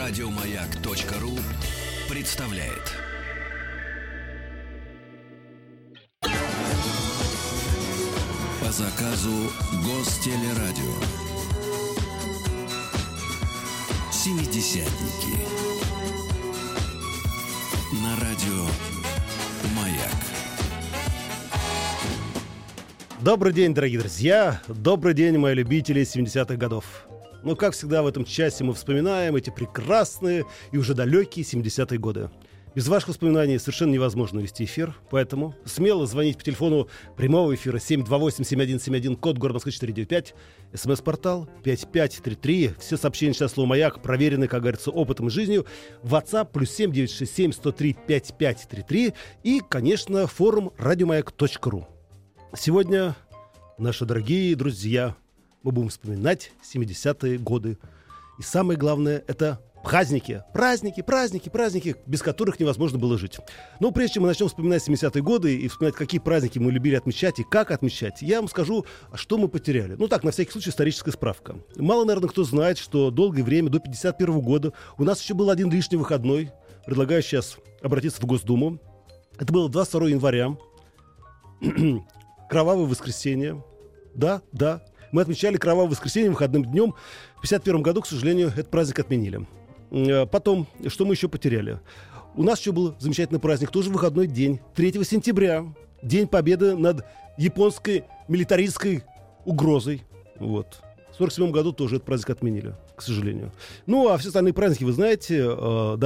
Радиомаяк.ру представляет. По заказу Гостелерадио. Семидесятники. На радио Маяк. Добрый день, дорогие друзья. Добрый день, мои любители 70-х годов. Ну, как всегда, в этом часе мы вспоминаем эти прекрасные и уже далекие 70-е годы. Без ваших воспоминаний совершенно невозможно вести эфир, поэтому смело звоните по телефону прямого эфира 728-7171, код города Москвы 495, смс-портал 5533, все сообщения сейчас слово «Маяк» проверены, как говорится, опытом и жизнью, WhatsApp +7 967 103 5533 и, конечно, форум радиомаяк.ру. Сегодня, наши дорогие друзья, мы будем вспоминать 70-е годы. И самое главное — это праздники. Праздники, без которых невозможно было жить. Но прежде чем мы начнем вспоминать 70-е годы и вспоминать, какие праздники мы любили отмечать и как отмечать, я вам скажу, что мы потеряли. Ну так, на всякий случай, историческая справка. Мало, наверное, кто знает, что долгое время, до 1951 года, у нас еще был один лишний выходной. Предлагаю сейчас обратиться в Госдуму. Это было 22 января. Кровавое воскресенье. Да. Мы отмечали кровавое воскресенье выходным днем. В 1951 году, к сожалению, этот праздник отменили. Потом, что мы еще потеряли? У нас еще был замечательный праздник, тоже выходной день, 3 сентября. День победы над японской милитаристской угрозой. Вот. В 1947 году тоже этот праздник отменили, к сожалению. Ну, а все остальные праздники, вы знаете, до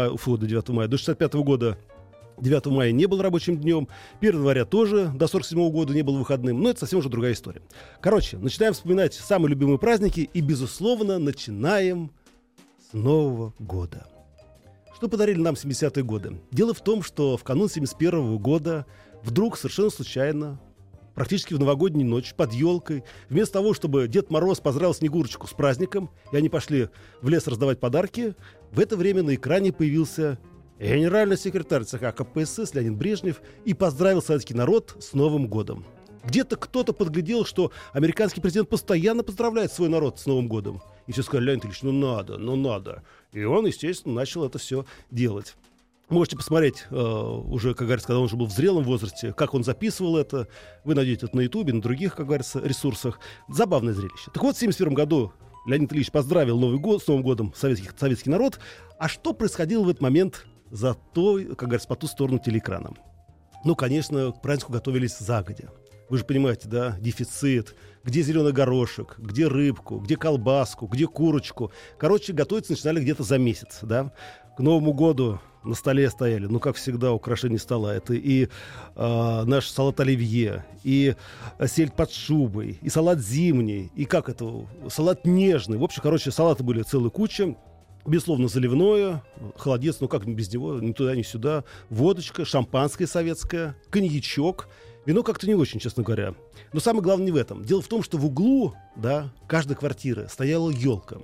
1965 года 9 мая не был рабочим днем, 1 января тоже до 1947 года не был выходным, но это совсем уже другая история. Короче, начинаем вспоминать самые любимые праздники и, безусловно, начинаем с Нового года. Что подарили нам 70-е годы? Дело в том, что в канун 71 года вдруг совершенно случайно, практически в новогоднюю ночь, под елкой, вместо того, чтобы Дед Мороз поздравил Снегурочку с праздником, и они пошли в лес раздавать подарки, в это время на экране появился генеральный секретарь ЦК КПСС Леонид Брежнев и поздравил советский народ с Новым годом. Где-то кто-то подглядел, что американский президент постоянно поздравляет свой народ с Новым годом. И все сказали: Леонид Ильич, ну надо. И он, естественно, начал это все делать. Можете посмотреть уже, как говорится, когда он уже был в зрелом возрасте, как он записывал это. Вы найдете это на Ютубе, на других, как говорится, ресурсах. Забавное зрелище. Так вот, в 1971 году Леонид Ильич поздравил Новый год с Новым годом советский народ. А что происходило в этот момент за то, как говорится, по ту сторону телеэкрана? Ну, конечно, к празднику готовились загодя. Вы же понимаете, да, дефицит. Где зеленый горошек, где рыбку, где колбаску, где курочку. Короче, готовиться начинали где-то за месяц, да. К Новому году на столе стояли, ну, как всегда, украшение стола. Это и наш салат оливье, и сельдь под шубой, и салат зимний, и салат нежный. В общем, короче, салаты были целая куча. Безусловно, заливное, холодец, ну как без него, ни туда, ни сюда. Водочка, шампанское советское, коньячок. Вино как-то не очень, честно говоря. Но самое главное не в этом. Дело в том, что в углу, да, каждой квартиры стояла елка.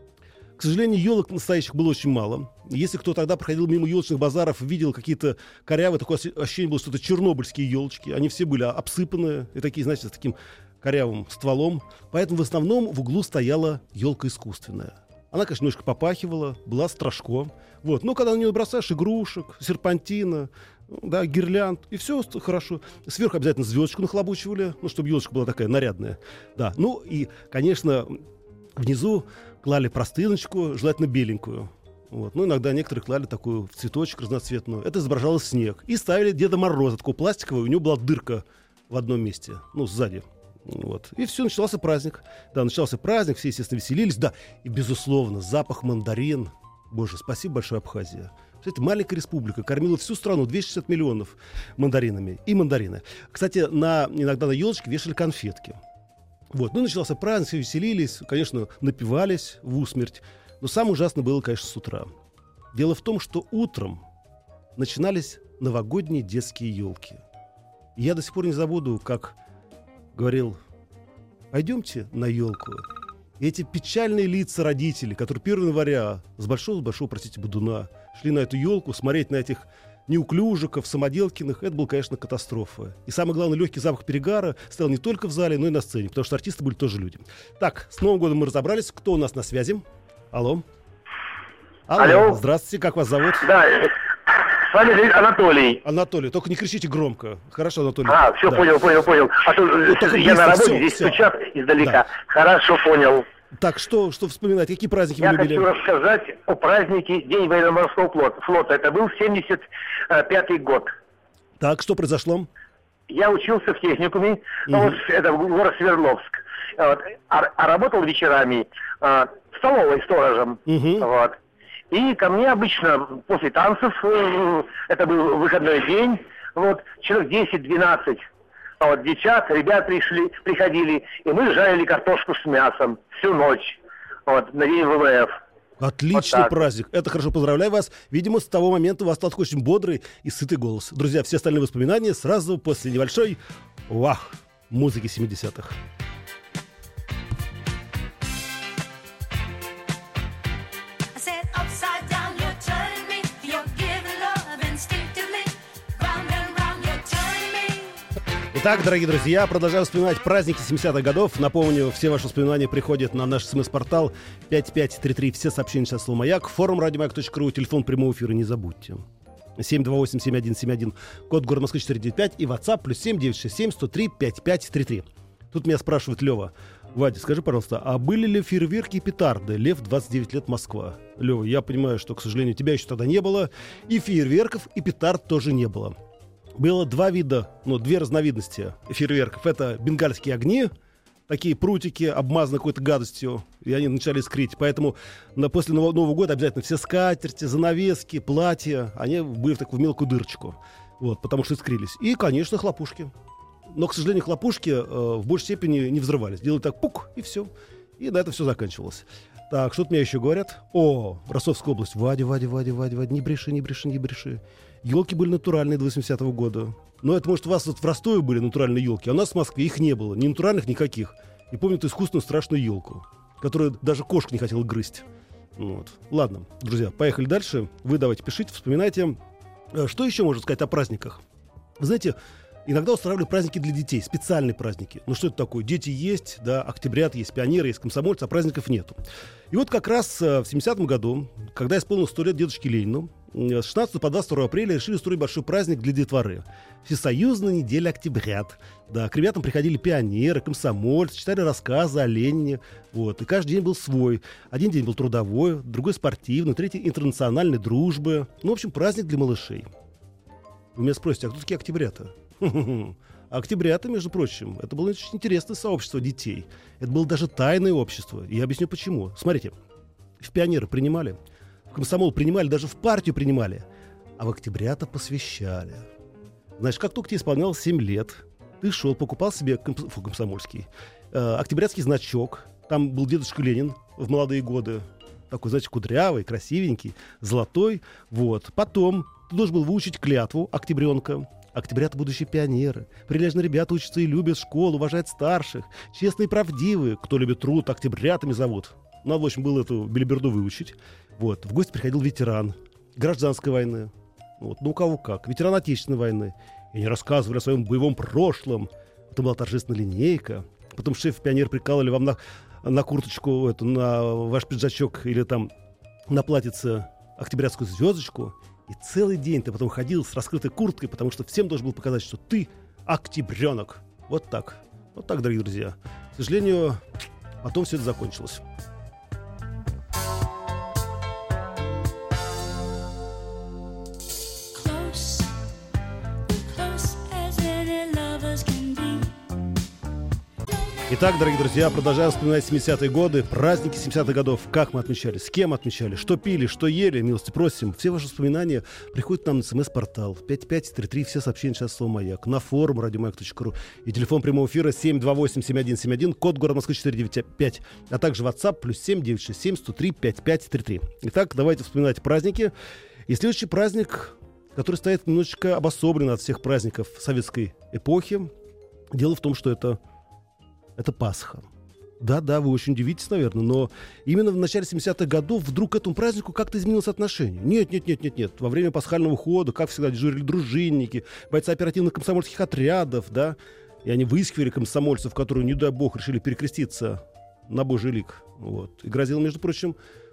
К сожалению, елок настоящих было очень мало. Если кто тогда проходил мимо елочных базаров, видел какие-то корявые, такое ощущение было, что это чернобыльские елочки. Они все были обсыпанные и такие, знаете, с таким корявым стволом. Поэтому в основном в углу стояла елка искусственная. Она, конечно, немножко попахивала, была страшко. Вот. Но когда на нее бросаешь игрушек, серпантина, да, гирлянд, и все хорошо. Сверху обязательно звездочку нахлобучивали, ну, чтобы елочка была такая нарядная. Да. Ну и, конечно, внизу клали простыночку, желательно беленькую. Вот. Ну, иногда некоторые клали такую в цветочек разноцветную. Это изображало снег. И ставили Деда Мороза, такого пластикового, у него была дырка в одном месте, ну, сзади. Вот. И все, начался праздник. Да, начался праздник, все, естественно, веселились. Да, и, безусловно, запах мандарин. Боже, спасибо большое, Абхазия. Кстати, маленькая республика кормила всю страну, 260 миллионов мандаринами. И мандарины. Кстати, иногда на елочке вешали конфетки. Вот. Ну, начался праздник, все веселились, конечно, напивались в усмерть. Но самое ужасное было, конечно, с утра. Дело в том, что утром начинались новогодние детские елки. И я до сих пор не забуду, как говорил: пойдемте на елку. И эти печальные лица родителей, которые 1 января с большого, простите, бодуна шли на эту елку, смотреть на этих неуклюжиков, самоделкиных, это была, конечно, катастрофа. И самое главное, легкий запах перегара стоял не только в зале, но и на сцене, потому что артисты были тоже люди. Так, с Новым годом мы разобрались. Кто у нас на связи? Алло. Алло. Здравствуйте, как вас зовут? Да, с вами Анатолий. Анатолий, только не кричите громко. Хорошо, Анатолий. Все, Да. понял. А то я на работе, здесь стучат издалека. Да. Хорошо, понял. Так, что вспоминать? Какие праздники Я вы любили? хочу рассказать о празднике День военно-морского флота. Это был 75-й год. Так, что произошло? Я учился в техникуме, это город Свердловск. Вот, а работал вечерами в столовой сторожем. Вот. И ко мне обычно после танцев, это был выходной день, вот, человек 10-12 девчат, ребят приходили, и мы жарили картошку с мясом всю ночь, вот, на день ВВФ. Отличный вот праздник. Это хорошо, поздравляю вас. Видимо, с того момента у вас стал такой очень бодрый и сытый голос. Друзья, все остальные воспоминания сразу после небольшой музыки 70-х. Итак, дорогие друзья, продолжаем вспоминать праздники 70-х годов. Напомню, все ваши воспоминания приходят на наш СМС-портал 5533. Все сообщения сейчас слово «Маяк». Форум радиомаяк.ру. Телефон прямого эфира не забудьте. 728-7171. Код города Москвы 495. И WhatsApp +7 967 103 5533. Тут меня спрашивает Лева. Вадя, скажи, пожалуйста, а были ли фейерверки и петарды? Лев, 29 лет, Москва. Лева, я понимаю, что, к сожалению, тебя еще тогда не было. И фейерверков, и петард тоже не было. Было две разновидности фейерверков. Это бенгальские огни, такие прутики, обмазаны какой-то гадостью, и они начали искрить. Поэтому после Нового года обязательно все скатерти, занавески, платья, они были в такую мелкую дырочку, вот, потому что искрились. И, конечно, хлопушки. Но, к сожалению, хлопушки в большей степени не взрывались. Делали так, пук, и все. И на этом все заканчивалось. Так, что-то мне еще говорят. Ростовская область. Вадя, не бреши. Елки были натуральные до 80-го года. Но это, может, у вас вот в Ростове были натуральные елки, а у нас в Москве их не было. Ни натуральных, никаких. И помню эту искусственную страшную елку, которую даже кошка не хотела грызть. Вот. Ладно, друзья, поехали дальше. Вы давайте пишите, вспоминайте. Что еще можно сказать о праздниках? Вы знаете, иногда устраивали праздники для детей, специальные праздники. Ну что это такое? Дети есть, да, октябрят есть, пионеры есть, комсомольцы, а праздников нету. И вот как раз в 70-м году, когда исполнилось 100 лет дедушке Ленину, с 16 по 22 апреля решили устроить большой праздник для детворы. Всесоюзная неделя октябрят. Да, к ребятам приходили пионеры, комсомольцы, читали рассказы о Ленине. Вот, и каждый день был свой. Один день был трудовой, другой спортивный, третий интернациональной дружбы. Ну, в общем, праздник для малышей. Вы меня спросите, а кто такие октябрята? Октябрята, между прочим, это было очень интересное сообщество детей. Это было даже тайное общество. И я объясню почему. Смотрите, в пионеры принимали, в комсомол принимали, даже в партию принимали, а в октябрята посвящали. Знаешь, как только тебе исполнялось 7 лет, ты шел, покупал себе комсомольский октябрятский значок. Там был дедушка Ленин в молодые годы. Такой, знаете, кудрявый, красивенький, золотой. Вот. Потом ты должен был выучить клятву октябренка. Октябрята — будущие пионеры. Прилежные ребята учатся и любят школу, уважают старших. Честные и правдивые. Кто любит труд, октябрятами зовут. Надо, в общем, было эту белиберду выучить. Вот. В гости приходил ветеран гражданской войны. Вот. Ну, у кого как. Ветеран Отечественной войны. И они рассказывали о своем боевом прошлом. Потом была торжественная линейка. Потом шеф-пионер прикалывали вам на курточку, на ваш пиджачок или там на платьице октябрятскую звездочку. И целый день ты потом ходил с раскрытой курткой, потому что всем должен был показать, что ты октябренок. Вот так. Вот так, дорогие друзья. К сожалению, потом все это закончилось. Итак, дорогие друзья, продолжаем вспоминать 70-е годы, праздники 70-х годов. Как мы отмечали, с кем отмечали, что пили, что ели, милости просим. Все ваши воспоминания приходят нам на СМС-портал 5533, все сообщения сейчас слово «Маяк», на форум радиомаяк.ру и телефон прямого эфира 728-7171, код города Москвы 495, а также WhatsApp +7 967 103 5533. Итак, давайте вспоминать праздники. И следующий праздник, который стоит немножечко обособленно от всех праздников советской эпохи. Дело в том, что это Пасха. Да, вы очень удивитесь, наверное, но именно в начале 70-х годов вдруг к этому празднику как-то изменилось отношение. Нет. Во время пасхального хода, как всегда, дежурили дружинники, бойцы оперативных комсомольских отрядов, да, и они выискивали комсомольцев, которые, не дай бог, решили перекреститься на Божий лик. Вот. И грозило, между прочим,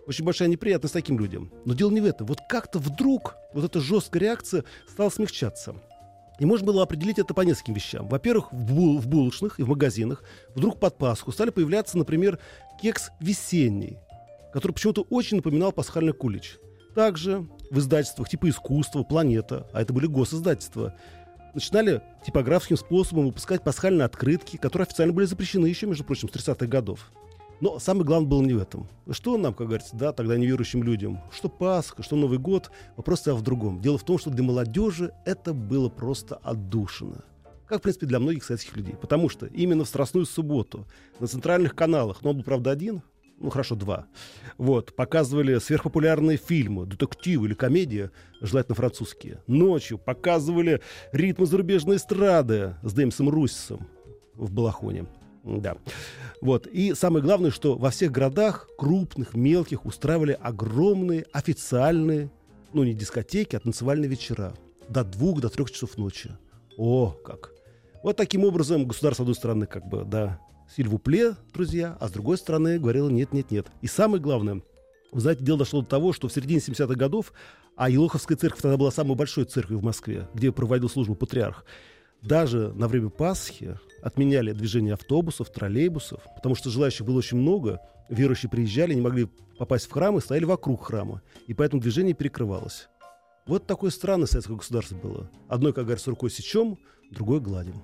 Очень большая неприятность таким людям. Но дело не в этом. Вот как-то вдруг вот эта жесткая реакция стала смягчаться. И можно было определить это по нескольким вещам. Во-первых, в булочных и в магазинах вдруг под Пасху стали появляться, например, кекс весенний, который почему-то очень напоминал пасхальный кулич. Также в издательствах типа «Искусство», «Планета», а это были госиздательства, начинали типографским способом выпускать пасхальные открытки, которые официально были запрещены еще, между прочим, с 30-х годов. Но самое главное было не в этом. Что нам, как говорится, да, тогда неверующим людям, что Пасха, что Новый год, вопрос стоял в другом. Дело в том, что для молодежи это было просто отдушина. Как, в принципе, для многих советских людей. Потому что именно в Страстную субботу на центральных каналах, но он был, правда, один, ну, хорошо, два, вот, показывали сверхпопулярные фильмы, детективы или комедии, желательно французские. Ночью показывали ритмы зарубежной эстрады с Дэмсом Руссисом в балахоне. Да. Вот. И самое главное, что во всех городах, крупных, мелких, устраивали огромные официальные, ну, не дискотеки, а танцевальные вечера. До 2, до 3 часов ночи. О, как! Вот таким образом государство, с одной стороны, как бы, да, сильвупле, друзья, а с другой стороны говорило нет. И самое главное, вы знаете, дело дошло до того, что в середине 70-х годов, а Елоховская церковь тогда была самой большой церковью в Москве, где проводил службу патриарх, даже на время Пасхи отменяли движение автобусов, троллейбусов, потому что желающих было очень много, верующие приезжали, не могли попасть в храм и стояли вокруг храма, и поэтому движение перекрывалось. Вот такое странное советское государство было. Одной, как говорится, рукой сечем, другой гладим.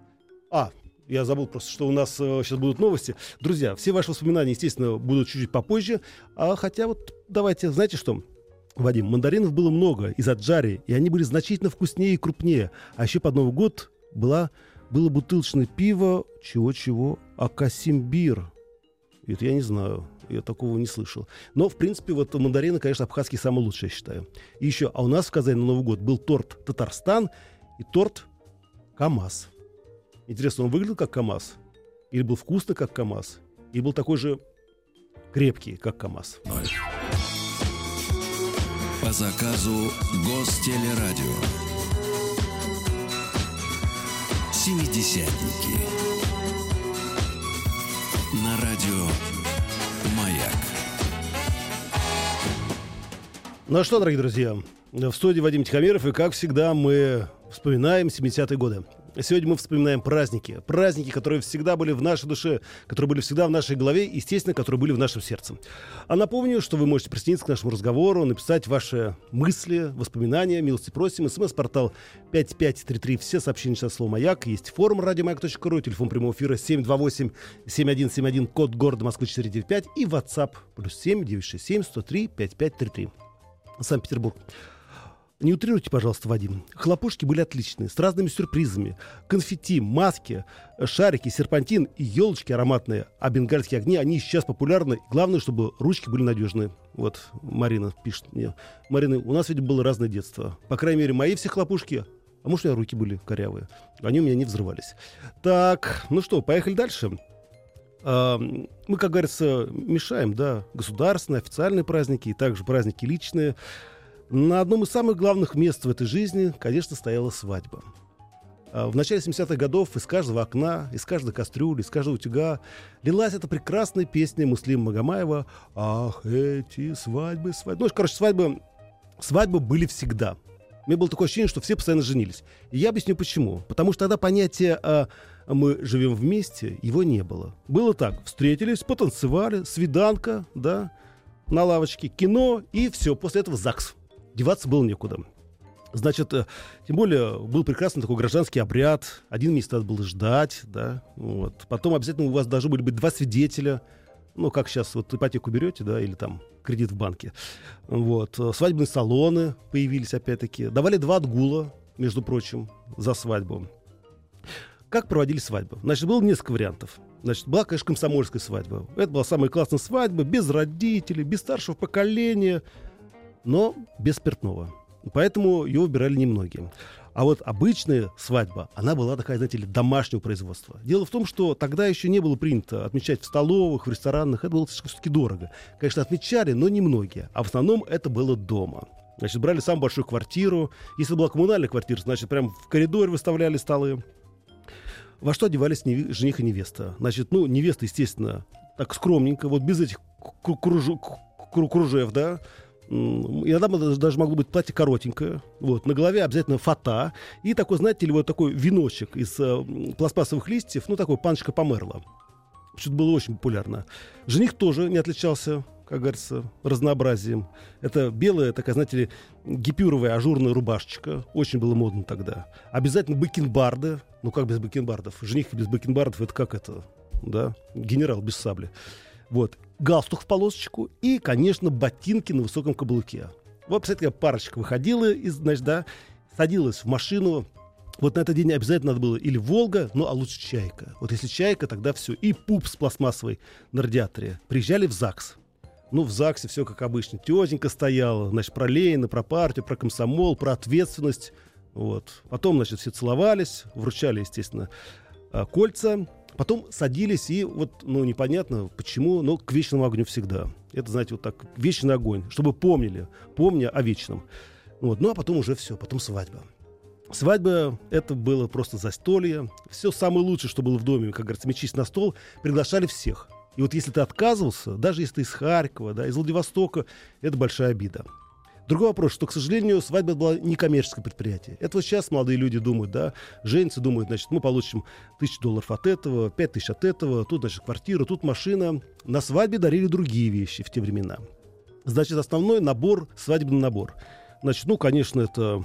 Я забыл просто, что у нас сейчас будут новости. Друзья, все ваши воспоминания, естественно, будут чуть-чуть попозже. Хотя вот давайте, знаете что, Вадим, мандаринов было много из Аджарии, и они были значительно вкуснее и крупнее. А еще под Новый год было бутылочное пиво, чего-чего, Акасимбир. Это я не знаю, я такого не слышал. Но, в принципе, вот мандарины, конечно, абхазские самые лучшие, я считаю. И еще, у нас в Казани на Новый год был торт Татарстан и торт КамАЗ. Интересно, он выглядел как КамАЗ? Или был вкусный, как КамАЗ? Или был такой же крепкий, как КамАЗ? По заказу Гостелерадио. «Семидесятники». На радио «Маяк». Ну что, дорогие друзья, в студии Вадим Тихомиров, и, как всегда, мы вспоминаем 70-е годы. Сегодня мы вспоминаем праздники. Праздники, которые всегда были в нашей душе, которые были всегда в нашей голове, и, естественно, которые были в нашем сердце. А напомню, что вы можете присоединиться к нашему разговору, написать ваши мысли, воспоминания. Милости просим. СМС-портал 5533. Все сообщения сейчас слово «Маяк». Есть форум радиомаяк.ру, телефон прямого эфира 728-7171, код города Москвы 495 и WhatsApp +7 967 103 5533. Санкт-Петербург. Не утрируйте, пожалуйста, Вадим. Хлопушки были отличные, с разными сюрпризами. Конфетти, маски, шарики, серпантин и елочки ароматные. А бенгальские огни, они сейчас популярны. Главное, чтобы ручки были надежные. Вот Марина пишет мне. Марина, у нас ведь было разное детство. По крайней мере, мои все хлопушки, а может, у меня руки были корявые. Они у меня не взрывались. Так, ну что, поехали дальше. Мы, как говорится, мешаем, да, государственные, официальные праздники и также праздники личные. На одном из самых главных мест в этой жизни, конечно, стояла свадьба. В начале 70-х годов из каждого окна, из каждой кастрюли, из каждого утюга лилась эта прекрасная песня Муслима Магомаева «Ах, эти свадьбы, свадьбы». Ну, короче, свадьбы были всегда. У меня было такое ощущение, что все постоянно женились. И я объясню почему. Потому что тогда понятие «мы живем вместе» его не было. Было так: встретились, потанцевали, свиданка, да, на лавочке, кино и все. После этого ЗАГС. Деваться было некуда. Значит, тем более был прекрасный такой гражданский обряд. 1 месяц надо было ждать, да. Вот. Потом обязательно у вас должны были быть 2 свидетеля. Ну, как сейчас, вот ипотеку берете, да, или там кредит в банке. Вот. Свадебные салоны появились опять-таки. Давали 2 отгула, между прочим, за свадьбу. Как проводили свадьбу? Значит, было несколько вариантов. Значит, была, конечно, комсомольская свадьба. Это была самая классная свадьба, без родителей, без старшего поколения, но без спиртного. Поэтому ее выбирали немногие. А вот обычная свадьба, она была такая, знаете ли, домашнего производства. Дело в том, что тогда еще не было принято отмечать в столовых, в ресторанах. Это было все-таки дорого. Конечно, отмечали, но немногие. А в основном это было дома. Значит, брали самую большую квартиру. Если была коммунальная квартира, значит, прямо в коридоре выставляли столы. Во что одевались жених и невеста? Значит, невеста, естественно, так скромненько, вот без этих кружев, да. Иногда даже могло быть платье коротенькое. Вот. На голове обязательно фата. И такой, знаете ли, вот такой веночек из пластмассовых листьев. Ну, такой паночка померла. Что-то было очень популярно. Жених тоже не отличался, как говорится, разнообразием. Это белая такая, знаете ли, гипюровая ажурная рубашечка. Очень было модно тогда. Обязательно бакенбарды. Ну, как без бакенбардов? Жених без бакенбардов, это как это? Да? Генерал без сабли. Вот. Галстук в полосочку и, конечно, ботинки на высоком каблуке. Вот, представляете, парочка выходила, значит, да, садилась в машину. Вот на этот день обязательно надо было или «Волга», ну, а лучше «Чайка». Вот если «Чайка», тогда все. И пупс пластмассовый на радиаторе. Приезжали в ЗАГС. Ну, в ЗАГСе все как обычно. Тетенька стояла, значит, про Ленина, про партию, про комсомол, про ответственность. Вот. Потом, значит, все целовались, вручали, естественно, кольца. Потом садились и вот, ну, непонятно почему, но к вечному огню всегда. Это, знаете, вот так, вечный огонь, чтобы помня о вечном. Вот. Ну, а потом уже все, потом свадьба. Свадьба — это было просто застолье. Все самое лучшее, что было в доме, как говорится, мечись на стол, приглашали всех. И вот если ты отказывался, даже если ты из Харькова, да, из Владивостока, это большая обида. Другой вопрос, что, к сожалению, свадьба была не коммерческое предприятие. Это вот сейчас молодые люди думают, да, женятся, думают, значит, мы получим $1000 от этого, 5000 от этого, тут, значит, квартира, тут машина. На свадьбе дарили другие вещи в те времена. Значит, основной набор, свадебный набор. Значит, ну, конечно, это,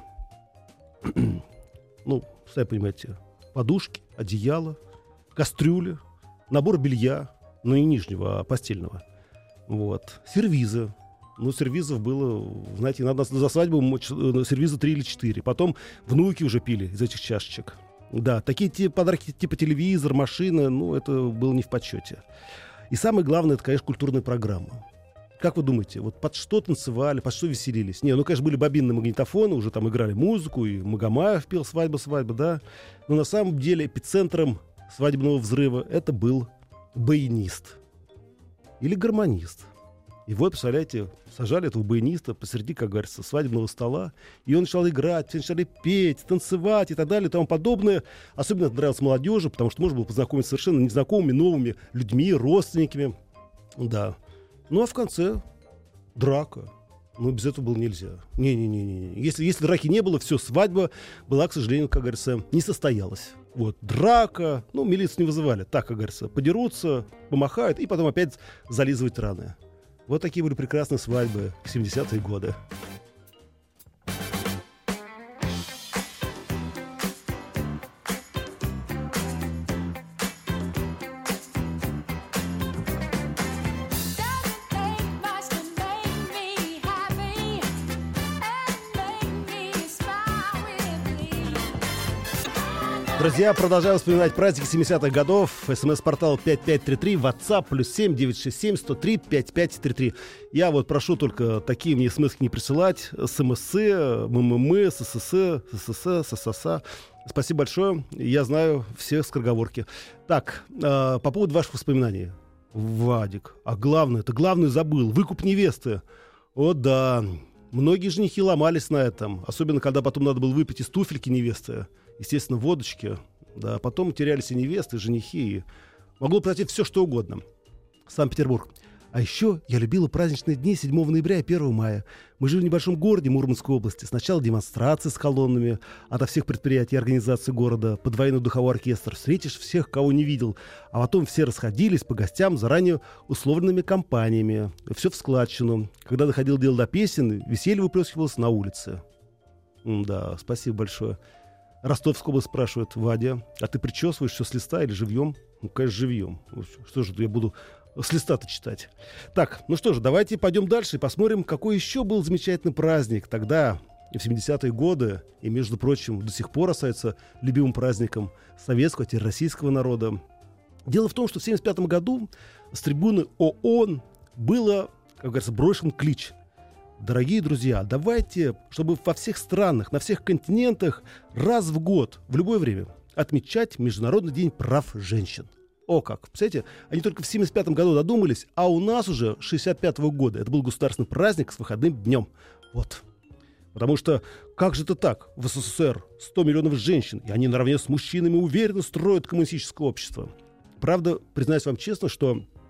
ну, сами понимаете, подушки, одеяло, кастрюли, набор белья, ну, не нижнего, а постельного. Вот. Сервизы. Ну, сервизов было, знаете, надо за свадьбу сервиза 3 или 4. Потом внуки уже пили из этих чашечек. Да, такие подарки типа телевизор, машина, ну, это было не в почете. И самое главное, это, конечно, культурная программа. Как вы думаете, вот под что танцевали, под что веселились? Не, ну, конечно, были бобинные магнитофоны, уже там играли музыку, и Магомаев пел «Свадьба, да. Но на самом деле эпицентром свадебного взрыва это был баянист. Или гармонист. И вот, представляете, сажали этого баяниста посреди, как говорится, свадебного стола, и он начал играть, все начали петь, танцевать и так далее и тому подобное. Особенно это нравилось молодежи, потому что можно было познакомиться с совершенно незнакомыми, новыми людьми, родственниками. Да. Ну, а в конце драка. Ну, без этого было нельзя. Не-не-не. Если драки не было, все, свадьба была, к сожалению, как говорится, не состоялась. Вот, драка, ну, милицию не вызывали. Так, как говорится, подерутся, помахают, и потом опять зализывать раны. Вот такие были прекрасные свадьбы в 70-е годы. Друзья, продолжаем вспоминать праздники 70-х годов. СМС-портал 5533, WhatsApp +7 967 103 5533. Я вот прошу только такие мне смс не присылать. СМС, МММ, ССС, ССС. Спасибо большое. Я знаю все скороговорки. Так, по поводу ваших воспоминаний. Вадик, а главное, это главное забыл. Выкуп невесты. О да, многие женихи ломались на этом. Особенно, когда потом надо было выпить из туфельки невесты. Естественно, водочки, да, потом терялись и невесты, и женихи, и могло произойти все, что угодно. Санкт-Петербург. А еще я любила праздничные дни 7 ноября и 1 мая. Мы жили в небольшом городе Мурманской области. Сначала демонстрации с колоннами ото всех предприятий и организаций города, под военный духовой оркестр. Встретишь всех, кого не видел. А потом все расходились по гостям заранее условленными компаниями. Все в складчину. Когда доходило дело до песен, веселье выплескивалось на улице. Да, спасибо большое. Ростовская область спрашивает: Вадя, а ты причесываешь все с листа или живьем? Ну, конечно, живьем. Что же я буду с листа-то читать? Так, ну что же, давайте пойдем дальше и посмотрим, какой еще был замечательный праздник тогда, в 70-е годы, и, между прочим, до сих пор остается любимым праздником советского, теперь российского народа. Дело в том, что в 1975 году с трибуны ООН было, как говорится, брошен клич: дорогие друзья, давайте, чтобы во всех странах, на всех континентах раз в год, в любое время, отмечать Международный день прав женщин. О как! Представляете, они только в 1975 году додумались, а у нас уже с 1965 года это был государственный праздник с выходным днем. Вот. Потому что как же это так? В СССР 100 миллионов женщин, и они наравне с мужчинами уверенно строят коммунистическое общество. Правда, признаюсь вам честно, что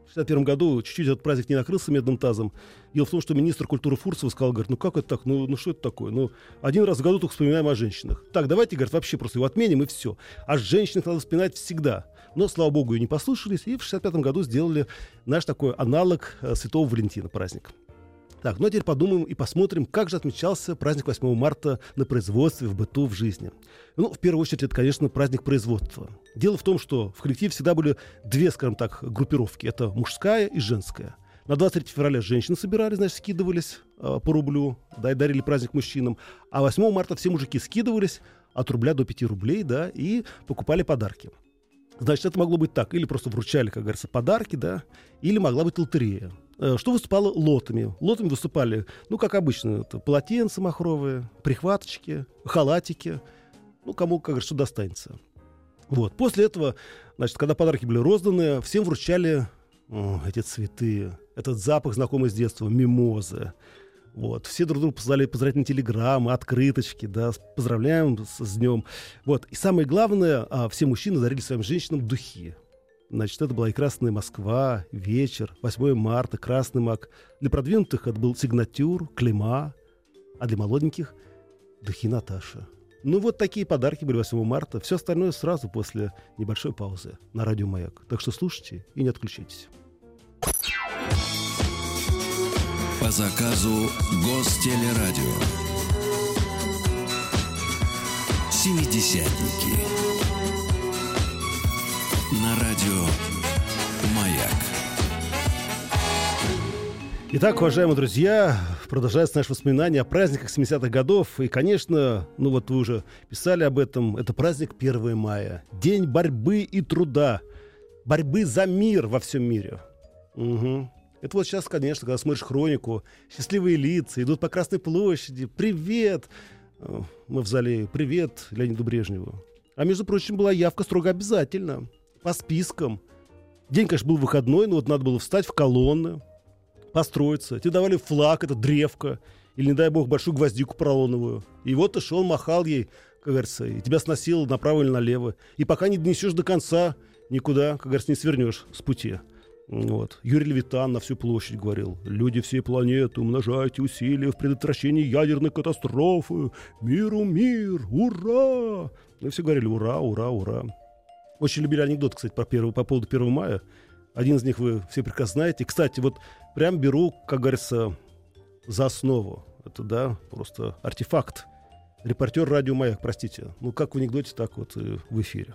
В 1961 году чуть-чуть этот праздник не накрылся медным тазом. Дело в том, что министр культуры Фурцева сказал, говорит, ну как это так, ну что это такое? Ну, один раз в году только вспоминаем о женщинах. Так, давайте, говорит, вообще просто его отменим и все. А женщин надо вспоминать всегда. Но, слава богу, ее не послушались, и в 1965 году сделали наш такой аналог Святого Валентина праздник. Так, ну а теперь подумаем и посмотрим, как же отмечался праздник 8 марта на производстве, в быту, в жизни. Ну, в первую очередь, это, конечно, праздник производства. Дело в том, что в коллективе всегда были две, скажем так, группировки. Это мужская и женская. На 23 февраля женщины собирались, значит, скидывались по рублю, да, и дарили праздник мужчинам. А 8 марта все мужики скидывались от рубля до 5 рублей, да, и покупали подарки. Значит, это могло быть так. Или просто вручали, как говорится, подарки, да, или могла быть лотерея. Что выступало лотами? Лотами выступали, ну, как обычно, это полотенца махровые, прихваточки, халатики. Ну, кому, как говорится, что достанется. Вот. После этого, значит, когда подарки были розданы, всем вручали эти цветы. Этот запах, знакомый с детства, мимозы. Вот. Все друг другу посылали поздравительные телеграммы, открыточки, да, поздравляем с днем. Вот. И самое главное, все мужчины дарили своим женщинам духи. Значит, это была и «Красная Москва», «Вечер», 8 марта, «Красный мак». Для продвинутых это был «Сигнатюр», «Клема», а для молоденьких — духи Наташи. Ну, вот такие подарки были 8 марта. Все остальное сразу после небольшой паузы на радио «Маяк». Так что слушайте и не отключайтесь. По заказу Гостелерадио. «Семидесятники». На радио «Маяк». Итак, уважаемые друзья, продолжается наше воспоминание о праздниках 70-х годов. И, конечно, ну вот вы уже писали об этом, это праздник 1 мая. День борьбы и труда. Борьбы за мир во всем мире. Угу. Это вот сейчас, конечно, когда смотришь хронику, счастливые лица идут по Красной площади. Привет! Мавзолею. Привет Леониду Брежневу. А, между прочим, была явка строго обязательна. По спискам. День, конечно, был выходной, но вот надо было встать в колонны, построиться. Тебе давали флаг, это древко, или, не дай бог, большую гвоздику поролоновую. И вот ты шел, махал ей, как говорится, и тебя сносило направо или налево. И пока не донесешь до конца, никуда, как говорится, не свернешь с пути. Вот. Юрий Левитан на всю площадь говорил: люди всей планеты, умножайте усилия в предотвращении ядерной катастрофы. Миру мир, ура! И все говорили: ура, ура, ура. Очень любили анекдот, кстати, по поводу 1 мая. Один из них вы все прекрасно знаете. Кстати, вот прям беру, как говорится, за основу. Это, да, просто артефакт. Репортер радио «Маяк», простите. Ну, как в анекдоте, так вот и в эфире.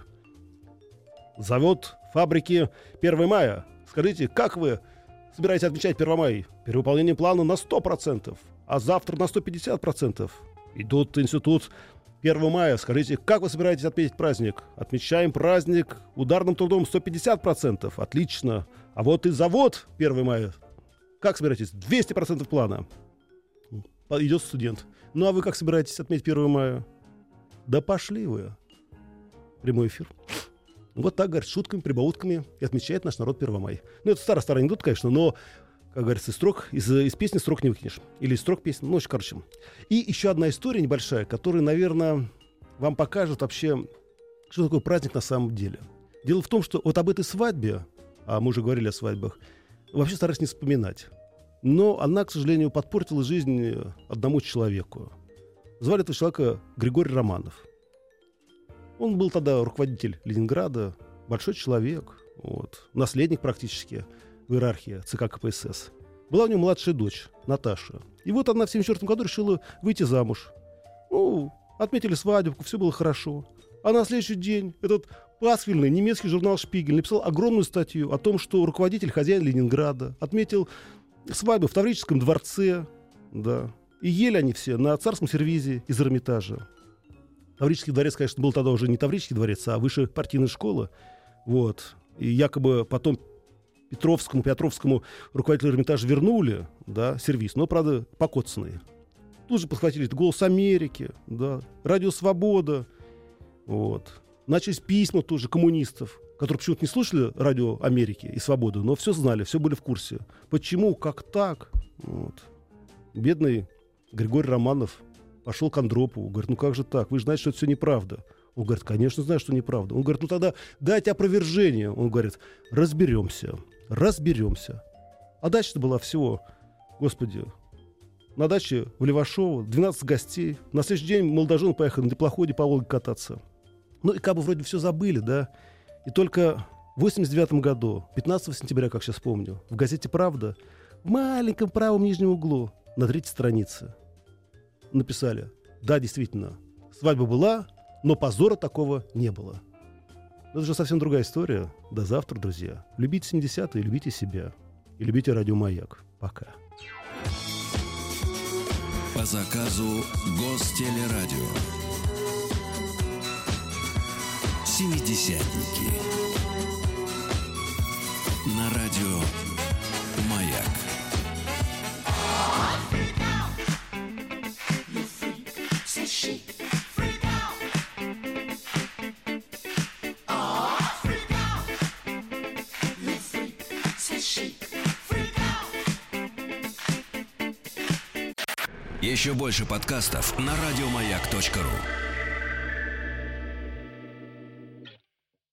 Завод фабрики 1 мая. Скажите, как вы собираетесь отмечать 1 мая? Перевыполнение плана на 100%, а завтра на 150%. Идут в институт 1 мая. Скажите, как вы собираетесь отметить праздник? Отмечаем праздник ударным трудом 150%. Отлично. А вот и завод 1 мая. Как собираетесь? 200% плана. Идет студент. Ну, а вы как собираетесь отметить 1 мая? Да пошли вы. Прямой эфир. Вот так, говорит, шутками, прибаутками и отмечает наш народ 1 мая. Ну, это старый анекдот, конечно, но, как говорится, из песни строк не выкинешь. Или из строк песни, ну, очень короче. И еще одна история небольшая, которая, наверное, вам покажет вообще, что такое праздник на самом деле. Дело в том, что вот об этой свадьбе, а мы уже говорили о свадьбах, вообще старались не вспоминать. Но она, к сожалению, подпортила жизнь одному человеку. Звали этого человека Григорий Романов. Он был тогда руководитель Ленинграда, большой человек, вот, наследник практически в иерархии ЦК КПСС. Была у него младшая дочь, Наташа. И вот она в 1974 году решила выйти замуж. Ну, отметили свадебку, все было хорошо. А на следующий день этот пасхальный немецкий журнал «Шпигель» написал огромную статью о том, что руководитель, хозяин Ленинграда, отметил свадьбу в Таврическом дворце, да. И ели они все на царском сервизе из Эрмитажа. Таврический дворец, конечно, был тогда уже не Таврический дворец, а высшая партийная школа. Вот. И якобы потом Петровскому руководителю Эрмитажа вернули, да, сервиз, но, правда, покоцанные. Тут же подхватили «Голос Америки», да, «Радио Свобода». Вот. Начались письма тоже коммунистов, которые почему-то не слушали «Радио Америки» и «Свободу», но все знали, все были в курсе. Почему, как так? Вот. Бедный Григорий Романов пошел к Андропову, говорит: ну как же так, вы же знаете, что это все неправда. Он говорит: конечно, знаю, что неправда. Он говорит: ну тогда дайте опровержение. Он говорит: разберемся. разберемся. А дача-то была всего, господи, на даче в Левашово 12 гостей. На следующий день молодожены поехали на теплоходе по Волге кататься. Ну и как бы вроде все забыли, да. И только в 89 году, 15 сентября, как сейчас помню, в газете «Правда» в маленьком правом нижнем углу на 3-й странице написали: да, действительно, свадьба была, но позора такого не было. Это же совсем другая история. До завтра, друзья. Любите 70-е, любите себя. И любите радио «Маяк». Пока. По заказу Гостелерадио. «Семидесятники». На радио «Маяк». Еще больше подкастов на радиомаяк.ру.